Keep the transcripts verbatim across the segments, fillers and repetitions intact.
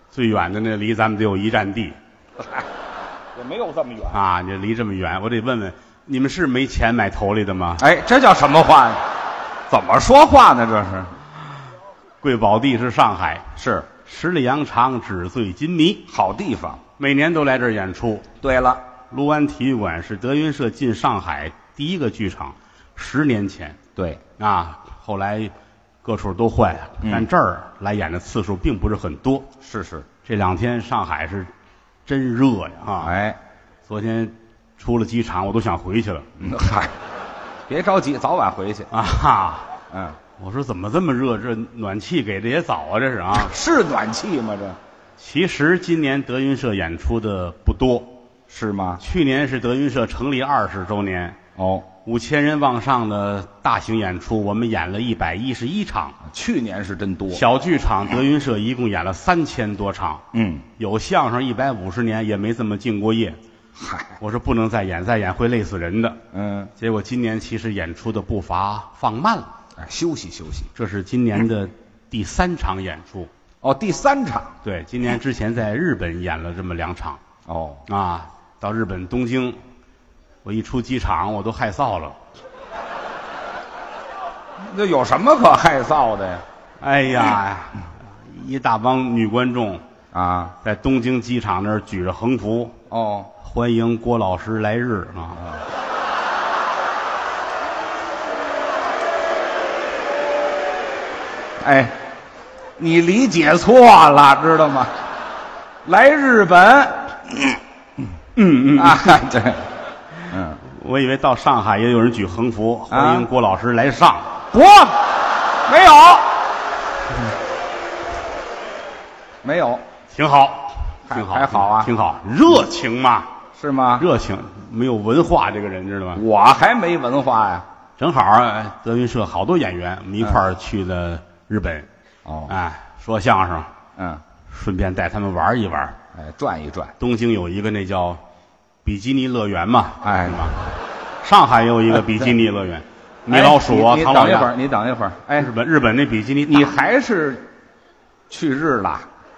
最远的那离咱们得有一站地， 也没有这么远啊！你离这么远，我得问问你们是没钱买头里的吗？ 哎，这叫什么话呢？怎么说话呢？这是贵宝地是上海， 是十里洋场，纸醉金迷， 好地方。 每年都来这儿演出。 对了， 卢湾体育馆是德云社进上海第一个剧场，十年前。 对啊，后来各处都换了， 嗯但这儿来演的次数并不是很多。 是是， 这两天上海是真热呀！啊， 哎， 昨天出了机场，我都想回去了。 嗯嗨，别着急，早晚回去啊哈， 嗯， 我说怎么这么热？这暖气给的也早啊，这是啊。 是暖气吗？这其实今年德云社演出的不多， 是吗？ 去年是德云社成立二十周年， 哦， 五千人往上的大型演出，我们演了一百一十一场。 去年是真多。 小剧场德云社一共演了三千多场， 嗯， 有相声一百五十年也没这么敬过业。 嗨， 我说不能再演，再演会累死人的。 嗯， 结果今年其实演出的步伐放慢了， 哎，休息休息。 这是今年的第三场演出。 哦，第三场。 对，今年之前在日本演了这么两场哦， 啊，到日本东京，我一出机场我都害臊了。 那有什么可害臊的呀？ 哎呀，一大帮女观众啊， 在东京机场那儿举着横幅， 哦， 欢迎郭老师来日啊！ 哎，你理解错了，知道吗？来日本， 嗯嗯啊，对，嗯， 我以为到上海也有人举横幅，欢迎郭老师来上。 不，没有，没有， 挺好，挺好， 还好啊， 挺好，热情嘛， 是吗？ 热情，没有文化这个人知道吗？ 我还没文化呀。 正好啊，德云社好多演员，我们一块儿去了日本， 哦， 哎，说相声， 嗯， 顺便带他们玩一玩。 哎，转一转。 东京有一个那叫比基尼乐园嘛， 哎是吧？上海也有一个比基尼乐园。米老鼠啊， 你唐老鸭。 等一会儿，你等一会儿。哎， 日本日本那比基尼， 你还是去日了？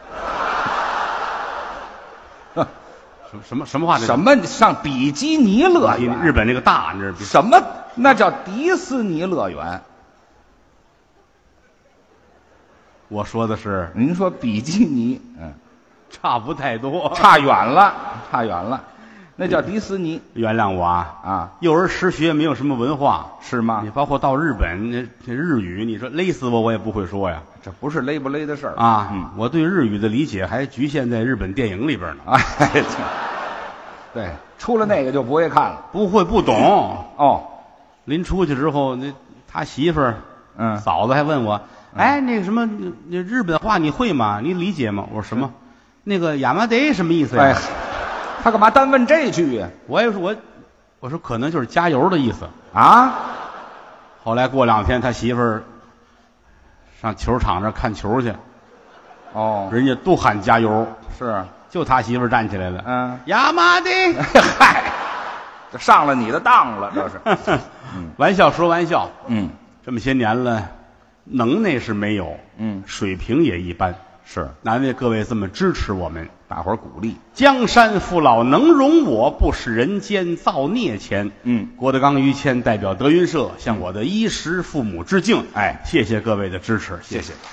什么什么什么话？ 什么上比基尼乐园？ 日本那个大，那是什么？那叫迪士尼乐园。 我说的是， 您说比基尼，嗯， 差不太多， 差远了，差远了。那叫迪士尼。 原谅我啊啊！ 幼儿实学没有什么文化， 是吗？ 你包括到日本，那这日语，你说勒死我，我也不会说呀。 这不是勒不勒的事儿啊！ 嗯， 我对日语的理解还局限在日本电影里边呢。 哎，对，出了那个就不会看了， 不会不懂哦。 临出去之后，那他媳妇儿， 嗯， 嫂子还问我，哎，那个什么，那日本话你会吗？你理解吗？我说什么？那个亚麻得什么意思呀？ 哎，他干嘛单问这句呀？ 我也说我，我说可能就是加油的意思啊。 后来过两天，他媳妇儿上球场那看球去， 哦， 人家都喊加油， 是， 就他媳妇儿站起来了， 嗯， 亚麻得， 嗨，这上了你的当了，这是。 嗯，玩笑说玩笑， 嗯， 这么些年了，能耐是没有， 嗯， 水平也一般， 是， 难为各位这么支持我们， 大伙儿鼓励。 江山父老能容我，不使人间造孽钱。 嗯， 郭德纲、于谦代表德云社向我的衣食父母致敬。 哎， 谢谢各位的支持，谢谢谢。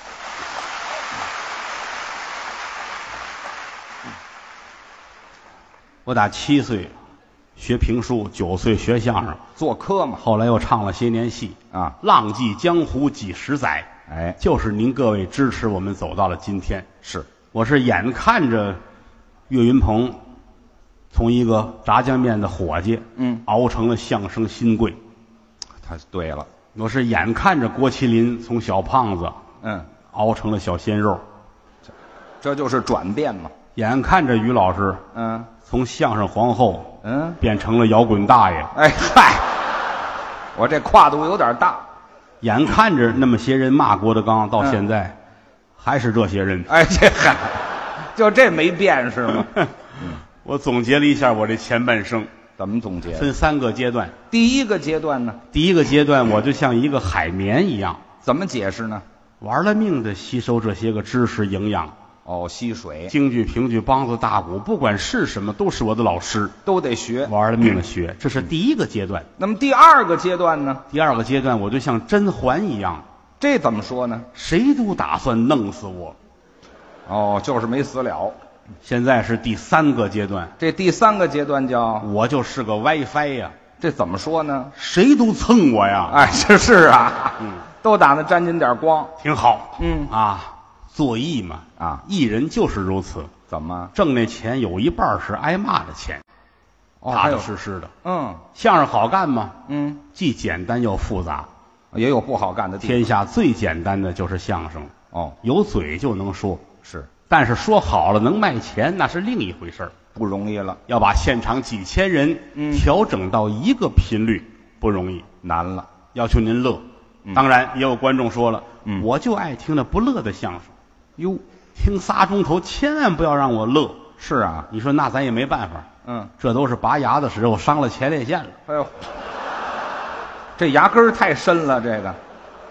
我打七岁学评书，九岁学相声， 做科嘛， 后来又唱了些年戏啊， 浪迹江湖几十载。 哎， 就是您各位支持我们走到了今天。 是， 我是眼看着岳云鹏从一个炸酱面的伙计， 嗯， 熬成了相声新贵。 他对了， 我是眼看着郭麒麟从小胖子， 嗯， 熬成了小鲜肉， 这就是转变嘛。 眼看着于老师， 嗯， 从相声皇后， 嗯， 变成了摇滚大爷。 哎嗨，我这跨度有点大。 眼看着那么些人骂郭德纲，到现在、嗯、还是这些人。 哎，这嗨，就这没变是吗？ 我总结了一下我这前半生， 怎么总结？ 分三个阶段。 第一个阶段呢？ 第一个阶段我就像一个海绵一样。 怎么解释呢？ 玩了命的吸收这些个知识营养。 哦，吸水京剧、评剧、梆子、大鼓，不管是什么，都是我的老师， 都得学， 玩了命的学。这是第一个阶段。 那么第二个阶段呢？ 第二个阶段，我就像甄嬛一样， 这怎么说呢？ 谁都打算弄死我。 哦，就是没死了。 现在是第三个阶段， 这第三个阶段叫我就是个 WiFi 呀， 这怎么说呢？ 谁都蹭我呀。 哎，这是啊， 嗯， 都打那沾进点光。 挺好。 嗯啊，做艺嘛， 啊， 艺人就是如此， 怎么？ 挣那钱有一半是挨骂的钱， 哦， 踏踏还有实实的。 嗯相声好干吗？ 嗯， 既简单又复杂。 也有不好干的地方。 天下最简单的就是相声， 哦， 有嘴就能说， 是但是说好了能卖钱，那是另一回事儿。 不容易了， 要把现场几千人嗯调整到一个频率，不容易， 难了。 要求您乐。 嗯当然，也有观众说了， 嗯我就爱听那不乐的相声， 哟， 听仨钟头，千万不要让我乐。 是啊， 你说那咱也没办法， 嗯， 这都是拔牙的时候伤了前列腺了。 哎呦，这牙根儿太深了，这个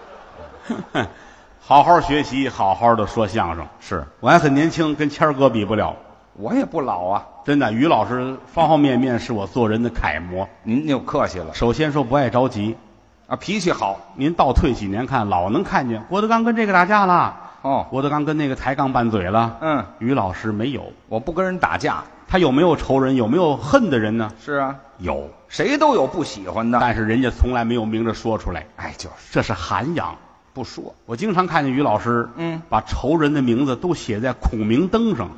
好好学习，好好的说相声。 是我还很年轻，跟谦儿哥比不了。 我也不老啊。 真的，于老师方方面面是我做人的楷模。 您就客气了首先说不爱着急， 啊，脾气好您倒退几年看，老能看见郭德纲跟这个打架了， 哦。 郭德纲跟那个抬杠拌嘴了。 嗯， 于老师没有， 我不跟人打架。 他有没有仇人，有没有恨的人呢？ 是啊， 有， 谁都有不喜欢的。 但是人家从来没有明着说出来， 哎，就是这是涵养。 不说。 我经常看见于老师， 嗯， 把仇人的名字都写在孔明灯上，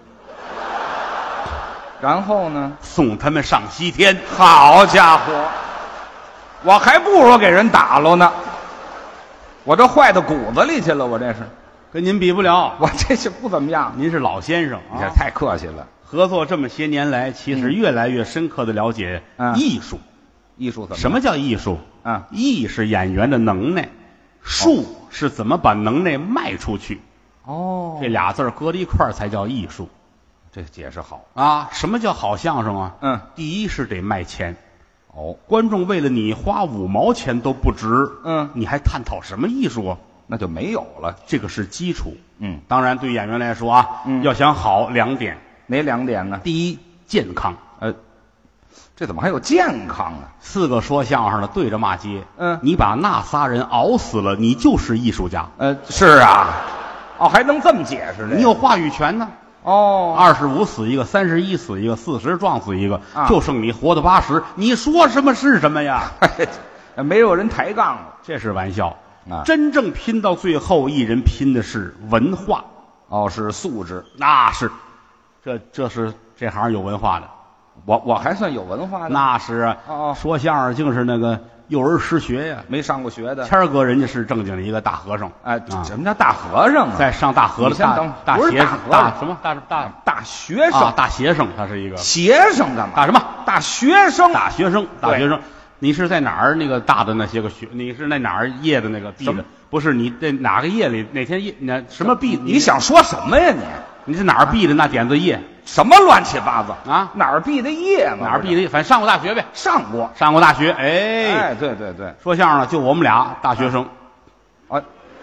然后呢？ 送他们上西天。 好家伙，我还不如给人打了呢。我这坏到骨子里去了，我这是， 跟您比不了， 我这是不怎么样。 您是老先生啊， 你这太客气了。 合作这么些年来，其实越来越深刻的了解嗯艺术。 艺术怎么样？ 什么叫艺术？ 嗯， 艺是演员的能耐，术是怎么把能耐卖出去。 哦这俩字儿搁在一块儿才叫艺术这解释好。 啊！什么叫好相声啊？ 嗯， 第一是得卖钱， 哦， 观众为了你花五毛钱都不值， 嗯， 你还探讨什么艺术啊？ 那就没有了。 这个是基础。 嗯， 当然对演员来说啊， 嗯要想好两点： 哪两点呢？ 第一，健康。 呃，这怎么还有健康啊？ 四个说相声的对着骂街， 嗯你把那仨人熬死了，你就是艺术家， 呃，是啊，哦，还能这么解释这？ 你有话语权呢。 哦， 二十五死一个，三十一死一个，四十撞死一个， 啊就剩你活到八十，你说什么是什么呀？ 没有人抬杠了这是玩笑啊真正拼到最后，艺人拼的是文化， 哦，是素质。 那是，这这是这行有文化的， 我我还算有文化的， 那是啊。 哦哦说相声竟是那个幼儿失学呀。 没上过学的。 谦儿哥人家是正经的一个大和尚， 哎， 啊什么叫大和尚啊？ 在上大河的大你先等大学生不是大和尚大什么大大大学生， 啊大学生，他是一个学生干嘛？ 大什么大学生， 大学生大对学生。你是在哪儿那个大的那些个学？你是在哪儿业的那个毕什么的？不是你在哪个业里哪天业那什么毕？ 你想说什么呀你？ 你是哪儿毕的那点子业什么乱七八糟啊？ 哪儿毕的业嘛？ 哪儿毕的业？反正上过大学呗， 上过。 上过大学。哎， 哎，对对对， 说相声的就我们俩大学生。 啊，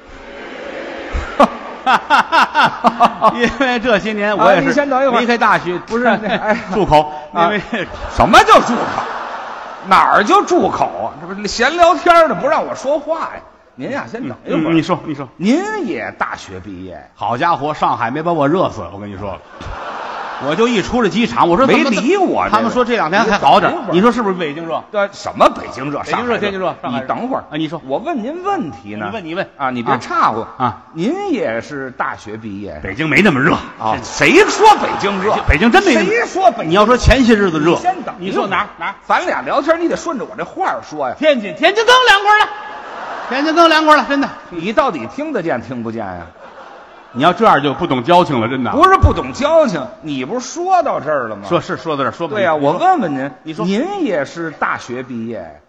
因为这些年我也啊你先等一会儿是离开大学，不是哎住口，因啊为什么叫住口？哪儿就住口啊？这不是闲聊天的，不让我说话呀？您呀，先等一会儿。 嗯你说你说， 您也大学毕业？ 好家伙，上海没把我热死，我跟你说，我就一出了机场，我说没怎么理我这个他们说这两天还好点你等一会儿你说是不是北京热？ 对，什么北京热？ 北京热上海天津热上海热你等会儿啊你说我问您问题呢？ 你问你问啊，你别啊岔乎啊！ 您也是大学毕业的北京没那么热啊？谁说北京热？ 北京真没那么谁说北京？ 你要说前些日子热， 你先等你说哪儿哪儿？ 咱俩聊天，你得顺着我这话儿说呀。 天津，天津更凉快了，天津更凉快了，真的。 你到底听得见听不见呀？ 你要这样就不懂交情了，真的。 不是不懂交情，你不是说到这儿了吗？ 说是说到这儿说吧对呀、我你说问问您， 你说您也是大学毕业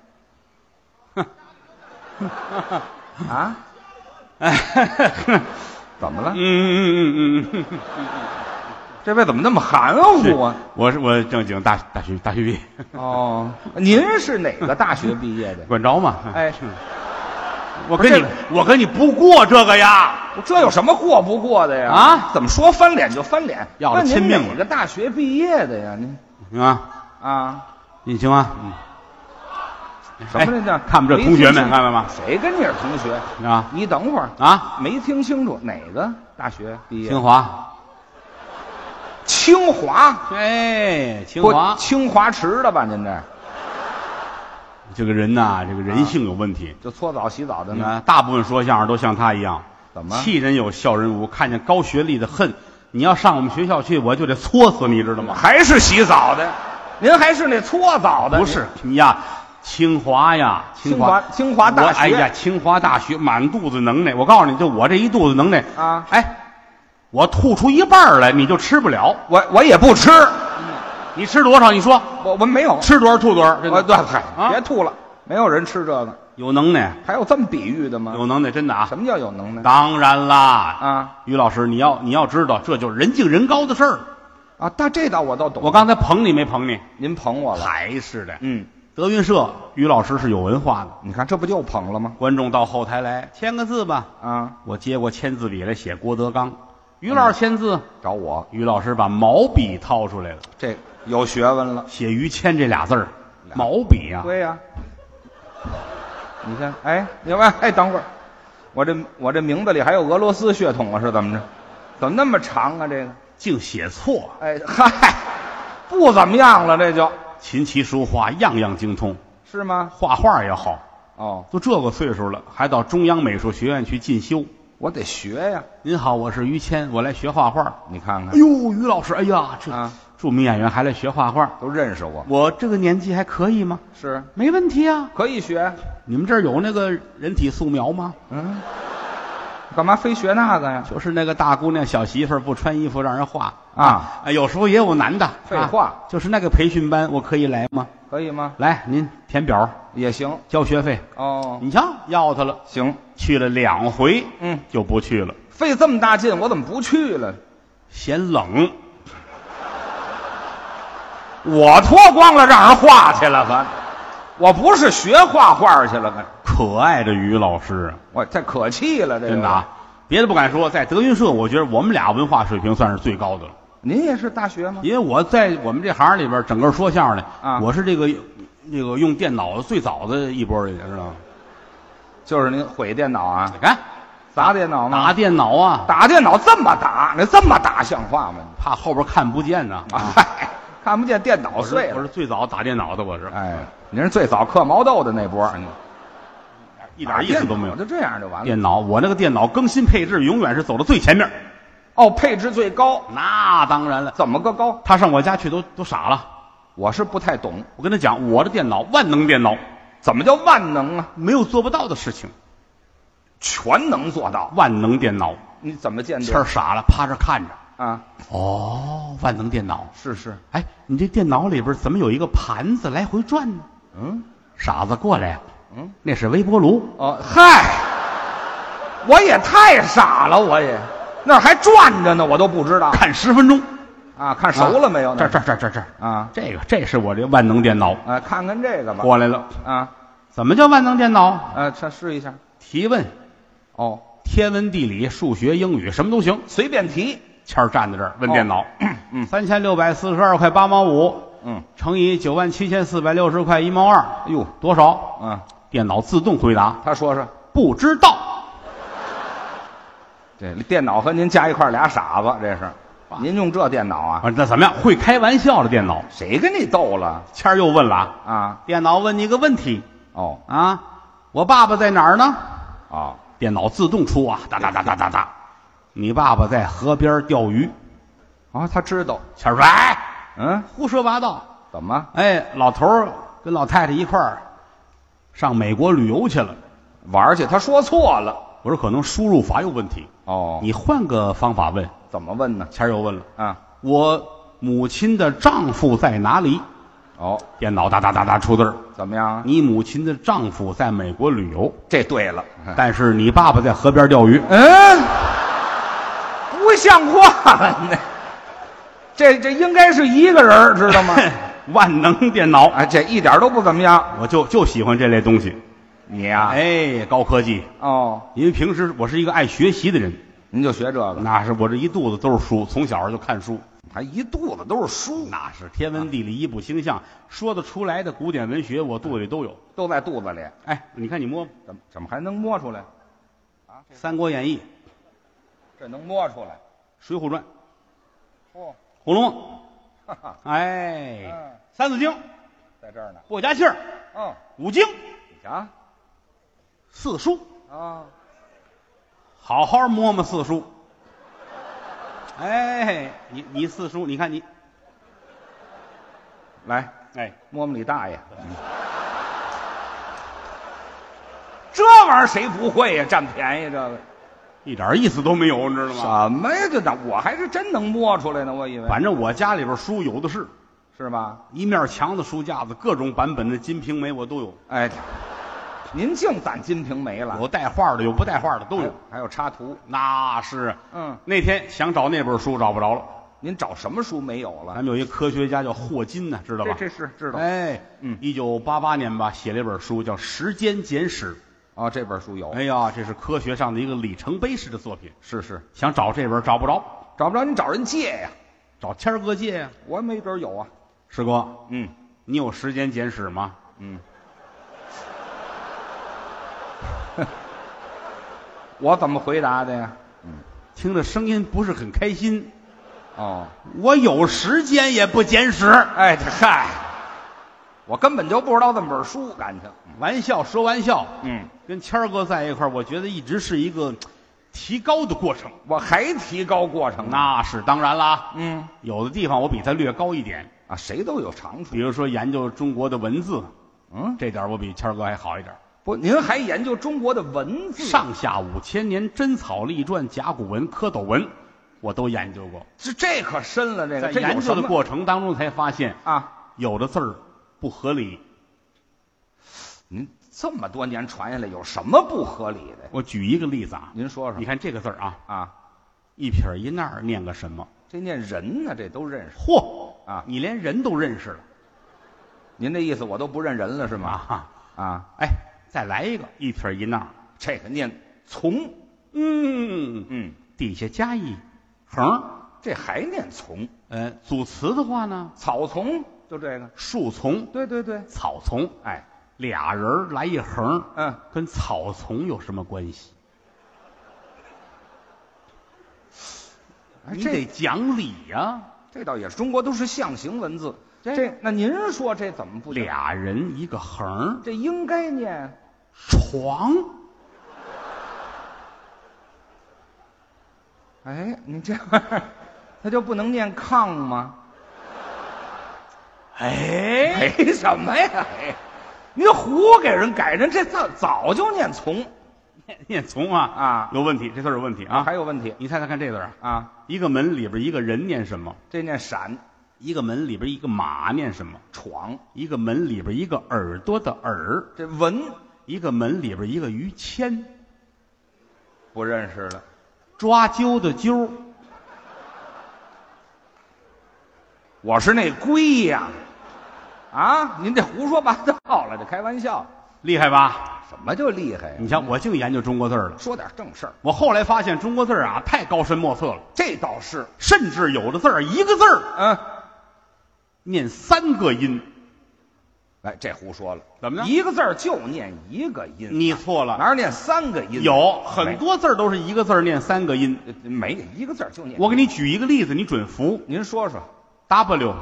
啊？ 哎， 怎么了？ 嗯嗯嗯嗯嗯， 这位怎么那么含糊啊？ 我是我正经大大学大学毕业， 哦，您是哪个大学毕业的？ 管着吗？ 哎， 我跟你我跟你不过这个呀， 这有什么过不过的呀？ 啊， 怎么说翻脸就翻脸？ 要了亲命了哪个大学毕业的呀？您啊啊， 你行吗？嗯。 什么这叫、哎、 看不这同学们看到吗？ 谁跟你是同学啊？ 你等会儿啊， 没听清楚哪个大学毕业？ 清华。 清华？ 哎，清华， 清华池的吧？您这这个人呐，这个人性有问题。 啊、就搓澡洗澡的呢。 大部分说相声都像他一样， 怎么？ 气人有笑人无。看见高学历的恨，你要上我们学校去，我就得搓死你，知道吗？ 还是洗澡的？您还是那搓澡的？ 不是你呀。清华呀， 清华清华大学， 哎呀，清华大学满肚子能耐。我告诉你，就我这一肚子能耐啊！ 哎，我吐出一半来，你就吃不了。 我我也不吃， 你吃多少？你说我我没有吃多少吐多少。 我对，嗨、啊，别吐了，没有人吃这个。 有能耐， 还有这么比喻的吗？ 有能耐，真的啊！ 什么叫有能耐？ 当然啦啊， 于老师，你要你要知道，这就是人敬人高的事儿啊。但这倒我倒懂。 我刚才捧你没捧你？ 您捧我了， 还是的， 嗯。 德云社于老师是有文化的， 你看这不就捧了吗？ 观众到后台来签个字吧， 啊， 我接过签字笔来写郭德纲，于老师签字、嗯、 找我， 于老师把毛笔掏出来了， 这有学问了， 写于谦这俩字儿，毛笔啊， 对呀、啊，你看，哎，另外，哎，等会儿，我这我这名字里还有俄罗斯血统啊，是怎么着？怎么那么长啊？这个净写错， 哎嗨，不怎么样了，这就。 琴棋书画样样精通， 是吗？ 画画也好哦， 都这个岁数了，还到中央美术学院去进修。 我得学呀。 您好，我是于谦，我来学画画。 你看看， 哎呦，于老师，哎呀，这、 啊、 著名演员还来学画画， 都认识我。 我这个年纪还可以吗？ 是， 没问题啊， 可以学。 你们这儿有那个人体素描吗？ 嗯。干嘛非学那个呀？ 就是那个大姑娘小媳妇儿不穿衣服让人画啊， 有时候也有男的。 废话、啊， 就是那个培训班，我可以来吗？ 可以吗？ 来，您填表也行， 交学费。 哦， 你瞧，要他了。 行， 去了两回， 嗯， 就不去了。 费这么大劲，我怎么不去了？ 嫌冷。 我脱光了让人画去了，可我不是学画画去了， 可爱的于老师， 我太可气了，这个真的啊！别的不敢说，在德云社，我觉得我们俩文化水平算是最高的了。 您也是大学吗？ 因为我在我们这行里边，整个说相声的啊， 我是这个那个用电脑最早的一波人，知道吗？ 就是您毁电脑啊？ 你看， 砸电脑吗？ 打电脑啊！ 打电脑这么打，那这么打像话吗？ 怕后边看不见呢。 啊，看不见电脑碎了。 我是最早打电脑的，我是。 哎，您是最早嗑毛豆的那波， 一点意思都没有。 就这样就完了。 电脑，我那个电脑更新配置永远是走到最前面。 哦，配置最高， 那当然了。 怎么个高？ 他上我家去都都傻了。 我是不太懂。 我跟他讲，我的电脑万能电脑。 怎么叫万能啊？ 没有做不到的事情， 全能做到。 万能电脑， 你怎么鉴定？ 谦儿傻了，趴着看着啊。 哦，万能电脑是是。 哎，你这电脑里边怎么有一个盘子来回转呢？ 嗯， 傻子过来， 嗯， 那是微波炉。 哦，嗨，我也太傻了，我也那还转着呢，我都不知道。 看十分钟。 啊，看熟了没有？ 这这这这这啊， 这个这是我这万能电脑。 啊，看看这个吧。 过来了啊， 怎么叫万能电脑？ 啊，这试一下。 提问， 哦， 天文地理、数学、英语什么都行， 随便提。 谦儿站在这儿问电脑， 嗯， 三千六百四十二块八毛五， 嗯， 乘以九万七千四百六十块一毛二， 哎呦， 多少？ 嗯， 电脑自动回答。 他说说不知道。 这电脑和您加一块俩傻子，这是。您用这电脑啊？ 那怎么样？会开玩笑的电脑。 谁跟你斗了？ 谦儿又问了啊！ 电脑问你个问题。 哦啊，我爸爸在哪儿呢？ 啊， 电脑自动出啊，哒哒哒哒哒哒。你爸爸在河边钓鱼。 啊，他知道。 谦儿说：“哎， 嗯， 胡说八道。 怎么？ 哎，老头儿跟老太太一块儿上美国旅游去了， 玩去。他说错了。 我说可能输入法有问题。 哦， 你换个方法问。 怎么问呢？ 谦儿又问了啊， 我母亲的丈夫在哪里？ 哦， 电脑哒哒哒哒出字儿。 怎么样？ 你母亲的丈夫在美国旅游， 这对了。 但是你爸爸在河边钓鱼。 嗯，不像话了，那这这应该是一个人，知道吗？ 万能电脑， 哎，这一点都不怎么样。 我就就喜欢这类东西。 你呀、啊， 哎，高科技哦， 因为平时我是一个爱学习的人， 您就学这个， 那是我这一肚子都是书，从小就看书， 还一肚子都是书， 那是天文地理医卜星象说得出来的古典文学，我肚子里都有， 都在肚子里。 哎，你看你摸， 怎么怎么还能摸出来？啊， 《三国演义》， 这能摸出来，《 水浒传》， 哦， 《红楼梦》， 哈哈， 哎， 嗯， 《三字经》 在这儿呢。 过家气儿， 嗯， 五经， 你瞧， 四书， 啊， 好好摸摸四书。哎，你你四书，你看你， 来哎， 摸摸你大爷。嗯这玩意儿谁不会呀？占便宜这个一点意思都没有，你知道吗？ 什么呀？这那我还是真能摸出来呢，我以为反正我家里边书有的是， 是吧？ 一面墙的书架子，各种版本的《金瓶梅》我都有， 哎，您净攒《金瓶梅》了， 有带画的，有不带画的都有。 还有插图。 那是， 嗯， 那天想找那本书找不着了。 您找什么书没有了？ 咱们有一科学家叫霍金呢，知道吧？ 这这是知道。 哎， 嗯， 一九八八年吧，写了一本书叫《时间简史》。 哦，这本书有。 哎呀，这是科学上的一个里程碑式的作品。 是是， 想找这本找不着， 找不着您找人借呀。 找谦儿哥借呀。 我没准有啊。 师哥， 嗯你有时间简史吗？ 嗯。我怎么回答的呀？ 听着声音不是很开心。 哦， 我有时间也不简史。 哎，这嗨，我根本就不知道这么本书，感情。 玩笑说玩笑， 嗯， 跟谦儿哥在一块儿，我觉得一直是一个提高的过程。 我还提高过程呢。 那是当然啦， 嗯有的地方我比他略高一点， 啊，谁都有长处比。如说研究中国的文字， 嗯， 这点我比谦儿哥还好一点。 不，您还研究中国的文字？ 上下五千年真草隶篆、甲骨文、蝌蚪文，我都研究过。 这这可深了，这个在研究的这有什么过程当中才发现， 啊？ 有的字儿不合理。 您这么多年传下来，有什么不合理的？ 我举一个例子啊， 您说说。 你看这个字儿啊， 啊， 一撇一捺儿念个什么？ 这念人呢，这都认识。 嚯啊你连人都认识了您这意思，我都不认人了是吗？ 啊！ 啊， 哎，再来一个，一撇一捺儿， 这个念从， 嗯， 嗯， 底下加一横， 这还念从， 呃，组词的话呢， 草丛就这个。 树丛、 对对对， 草丛， 哎， 俩人儿来一横， 嗯， 跟草丛有什么关系？你哎这得讲理呀、 这倒也是，中国都是象形文字。 这这那您说这怎么不讲？ 俩人一个横， 这应该念床。 哎，你这玩意儿，他就不能念炕吗？ 哎， 哎，什么呀？哎，您胡给人改人，这早早就念从念从啊啊有问题，这字儿有问题啊。 还有问题你猜猜看这字儿啊， 啊？ 一个门里边一个人念什么？ 这念闪一个门里边一个马念什么？ 闯， 一个门里边一个耳朵的耳， 这文一个门里边一个于谦， 不认识了。 抓阄的阄， 我是那龟呀！啊，您这胡说八道了，这开玩笑。 厉害吧？ 什么叫厉害呀？ 你瞧，我净研究中国字儿了。 说点正事儿。 我后来发现中国字儿啊，太高深莫测了， 这倒是， 甚至有的字儿一个字儿嗯， 念三个音。 哎，这胡说了。 怎么着一个字儿就念一个音， 你错了， 哪有念三个音？ 有很多字儿都是一个字儿念三个音。 没没一个字儿就念。 我给你举一个例子，你准服。 您说说， W，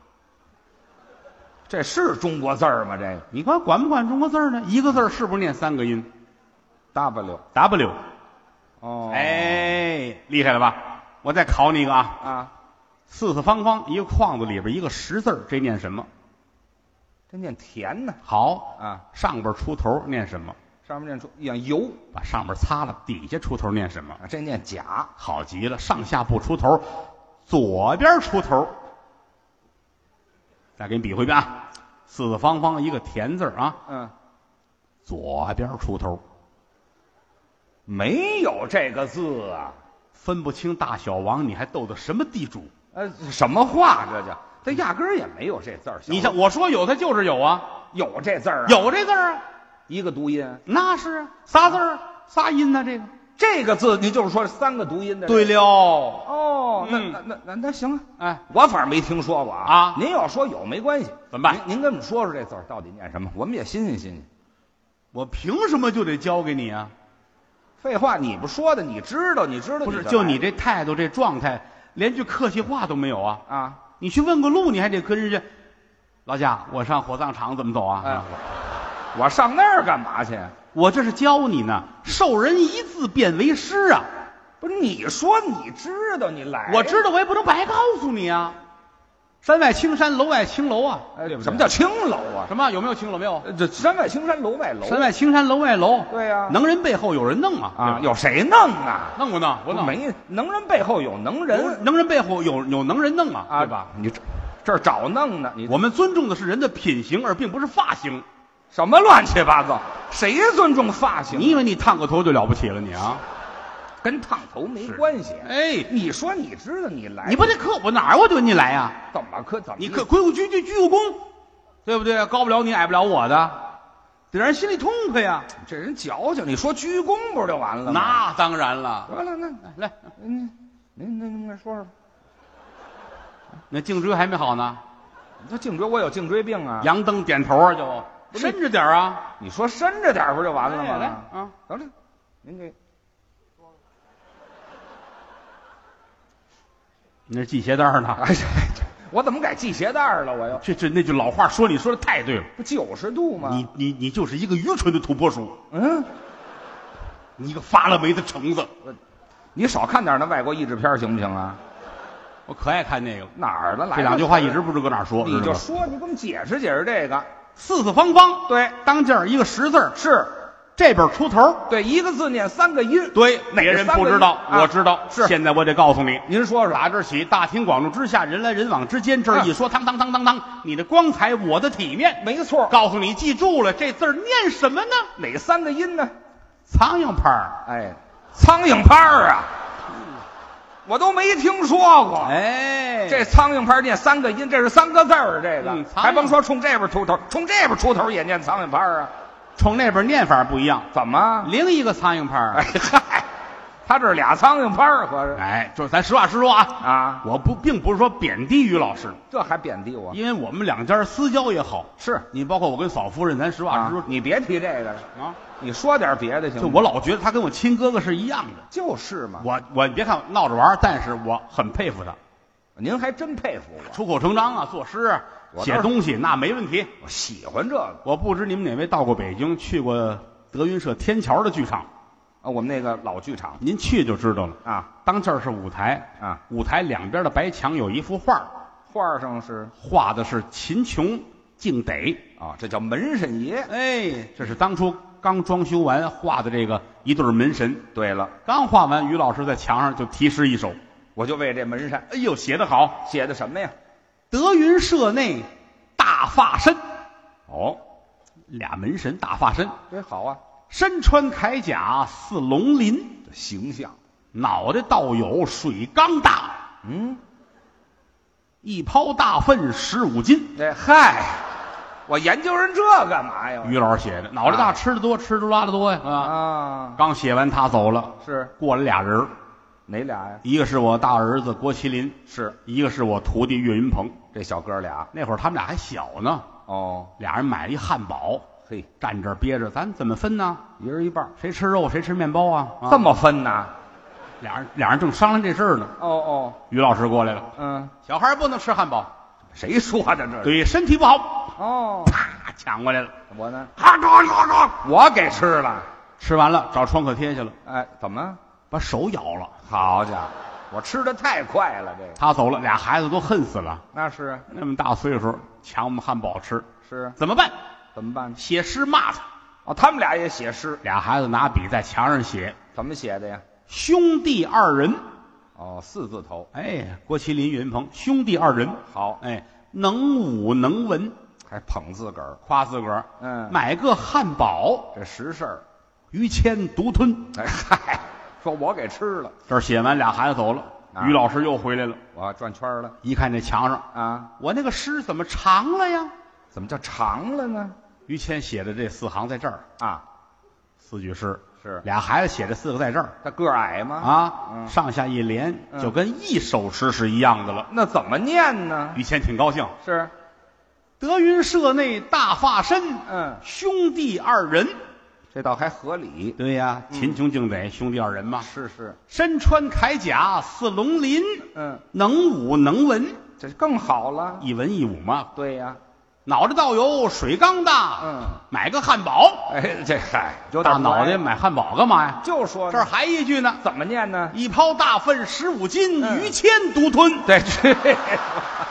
这是中国字儿吗？这个你管管不管中国字儿呢？一个字儿是不是念三个音 W ？W， 哦， 哎，厉害了吧？我再考你一个啊， 啊， 四四方方一个框子里边一个十字儿，这念什么？ 这念田呢好， 啊， 上边出头念什么？ 上面念出一样油把上边擦了，底下出头念什么？ 啊，这念甲。 好极了，上下不出头，左边出头。再给你比划一遍啊，四四方方一个田字儿啊， 嗯， 左边出头， 没有这个字啊。 分不清大小王，你还斗得什么地主？ 呃，什么话这叫？这压根儿也没有这字儿。 你像我说有，它就是有啊， 有这字儿啊？ 有这字儿啊。 一个读音， 那是啊，仨字儿仨音呢，这个这个字你就是说三个读音的。 对了。 哦，那嗯那那那那行啊， 哎， 我反正没听说过啊。 啊您要说有没关系， 怎么办？ 您您跟我们说说这字儿到底念什么，我们也新鲜新鲜。 我凭什么就得教给你啊？ 废话，你不说的，你知道，你知道， 不是， 你就你这态度这状态，连句客气话都没有啊！ 啊， 你去问个路，你还得跟人家老贾，我上火葬场怎么走啊？ 哎，我上那儿干嘛去？ 我这是教你呢，授人一字变为师啊！ 不是你说你知道，你来， 我知道，我也不能白告诉你啊。山外青山，楼外青楼啊！ 哎， 对不对？ 什么叫青楼啊？ 什么？有没有青楼？没有。 呃这山外青山楼外楼。 山外青山，楼外楼。 对呀、 能人背后有人弄啊！ 啊，有谁弄啊？ 弄不弄？不弄。 没能人背后有能人， 能人背后有有能人弄啊， 啊， 对吧？ 你这这儿找弄呢？你我们尊重的是人的品行，而并不是发型。 什么乱七八糟？谁尊重发型？ 你以为你烫个头就了不起了？你啊， 跟烫头没关系。 哎， 你说你知道，你来， 你不得客我哪儿我就你来呀、 怎么可怎么你可规规矩矩鞠个躬，对不对？高不了你，矮不了我的，得让人心里痛快呀。 这人矫情，你说鞠躬不是就完了吗？ 那当然了。 得了，那来， 嗯，您您您来说说吧。 那颈椎还没好呢， 那颈椎我有颈椎病啊。 杨登点头啊，就伸着点啊。 你说伸着点不就完了吗？ 哎来啊， 得了，您给你那系鞋带呢？ 哎，这我怎么改系鞋带了？我又这这那句老话说，你说的太对了。 不九十度吗？ 你你你就是一个愚蠢的土拨鼠， 嗯， 你一个发了霉的橙子。 你少看点那外国译制片行不行啊？ 我可爱看那个， 哪儿的来？ 这两句话一直不知搁哪儿说， 你就知道吗说，你给我们解释解释这个。 四四方方， 对， 当间儿一个十字儿， 是， 这边出头。 对，一个字念三个音。 对， 哪别人三个不知道， 音啊我知道。 是现在我得告诉你， 您说说， 打这儿起，大庭广众之下，人来人往之间，这儿一说，当当当当当，你的光彩，我的体面。 没错。 告诉你，记住了，这字儿念什么呢？ 哪三个音呢？ 苍蝇拍儿。 哎，苍蝇拍儿啊，我都没听说过。 哎， 这苍蝇拍儿念三个音，这是三个字儿，这个、 嗯苍蝇还甭说冲这边出头，冲这边出头也念苍蝇拍儿啊？ 冲那边念法不一样， 怎么？ 另一个苍蝇拍儿。 哎嗨，他这俩苍蝇拍儿合着哎，就咱实话实说啊， 啊， 我不并不是说贬低于老师， 这还贬低我？ 因为我们两家私交也好。 是你包括我跟嫂夫人，咱实话啊实说， 你别提这个了， 啊， 你说点别的行吗？ 就我老觉得他跟我亲哥哥是一样的。 就是嘛， 我我你别看闹着玩儿，但是我很佩服他， 您还真佩服我， 出口成章啊，作诗啊， 我倒是写东西那没问题。 我喜欢这个我不知你们哪位到过北京，去过德云社天桥的剧场， 啊，我们那个老剧场您去就知道了。 啊当这儿是舞台啊， 舞台两边的白墙有一幅画儿， 画上是画的是秦琼、敬得。 啊，这叫门神爷。 哎，这是当初刚装修完画的这个一对门神。 对了， 刚画完，于老师在墙上就题诗一首。 我就为这门神哎呦，写得好！ 写的什么呀？ 德云社内大发身， 哦， 俩门神大发身， 这好啊， 身穿铠甲似龙鳞， 这形象， 脑袋倒有水缸大， 嗯， 一泡大粪十五斤。 这嗨，我研究人这干嘛呀？ 于老师写的，脑袋大， 啊吃的多，吃的拉的多呀啊！ 啊， 刚写完，他走了， 是过来俩人儿， 哪俩呀？ 一个是我大儿子郭麒麟， 是一个是我徒弟岳云鹏。 这小哥俩。 那会儿他们俩还小呢， 哦， 俩人买了一汉堡， 嘿， 站这儿憋着，咱怎么分呢？ 一人一半， 谁吃肉，谁吃面包啊？啊这么分呐？ 俩人俩人正商量这事儿呢。 哦哦， 于老师过来了， 嗯， 小孩不能吃汉堡， 谁说的这？， 对身体不好。 哦， 啪，抢过来了， 我呢？ 哈哈哈哈！ 我给吃了。 吃完了找创可贴去了， 哎，怎么？ 把手咬了。 好家伙，我吃的太快了，这个他走了，俩孩子都恨死了。 那是那么大岁数抢我们汉堡吃， 是怎么办？ 怎么办呢？ 写诗骂他。 哦，他们俩也写诗， 俩孩子拿笔在墙上写怎么写的呀？ 兄弟二人。 哦，四字头， 哎，郭麒麟、岳云鹏兄弟二人， 好， 哎，能武能文， 还捧自个儿， 夸自个儿。 嗯， 买个汉堡， 这实事儿。 于谦独吞。 哎嗨，说我给吃了， 这儿写完，俩孩子走了， 啊于老师又回来了， 我转圈了一看这墙上， 啊！ 我那个诗怎么长了呀？ 怎么叫长了呢？ 于谦写的这四行在这儿， 啊， 四句诗是俩孩子写这四个在这儿他个儿矮吗？ 啊， 嗯上下一连嗯就跟一首诗是一样的了。 那怎么念呢？ 于谦挺高兴， 是， 德云社内大发身， 嗯， 兄弟二人。 这倒还合理。 对呀， 嗯秦琼敬得兄弟二人嘛， 是是， 身穿铠甲似龙鳞， 嗯， 能武能文， 这更好了。 一文一武嘛。 对呀， 脑袋倒有水缸大， 嗯， 买个汉堡。 哎，这嗨，有大点不挨脑袋买汉堡干嘛呀？ 就说呢这儿还一句呢， 怎么念呢？ 一抛大粪十五斤， 嗯于谦独吞。 对，这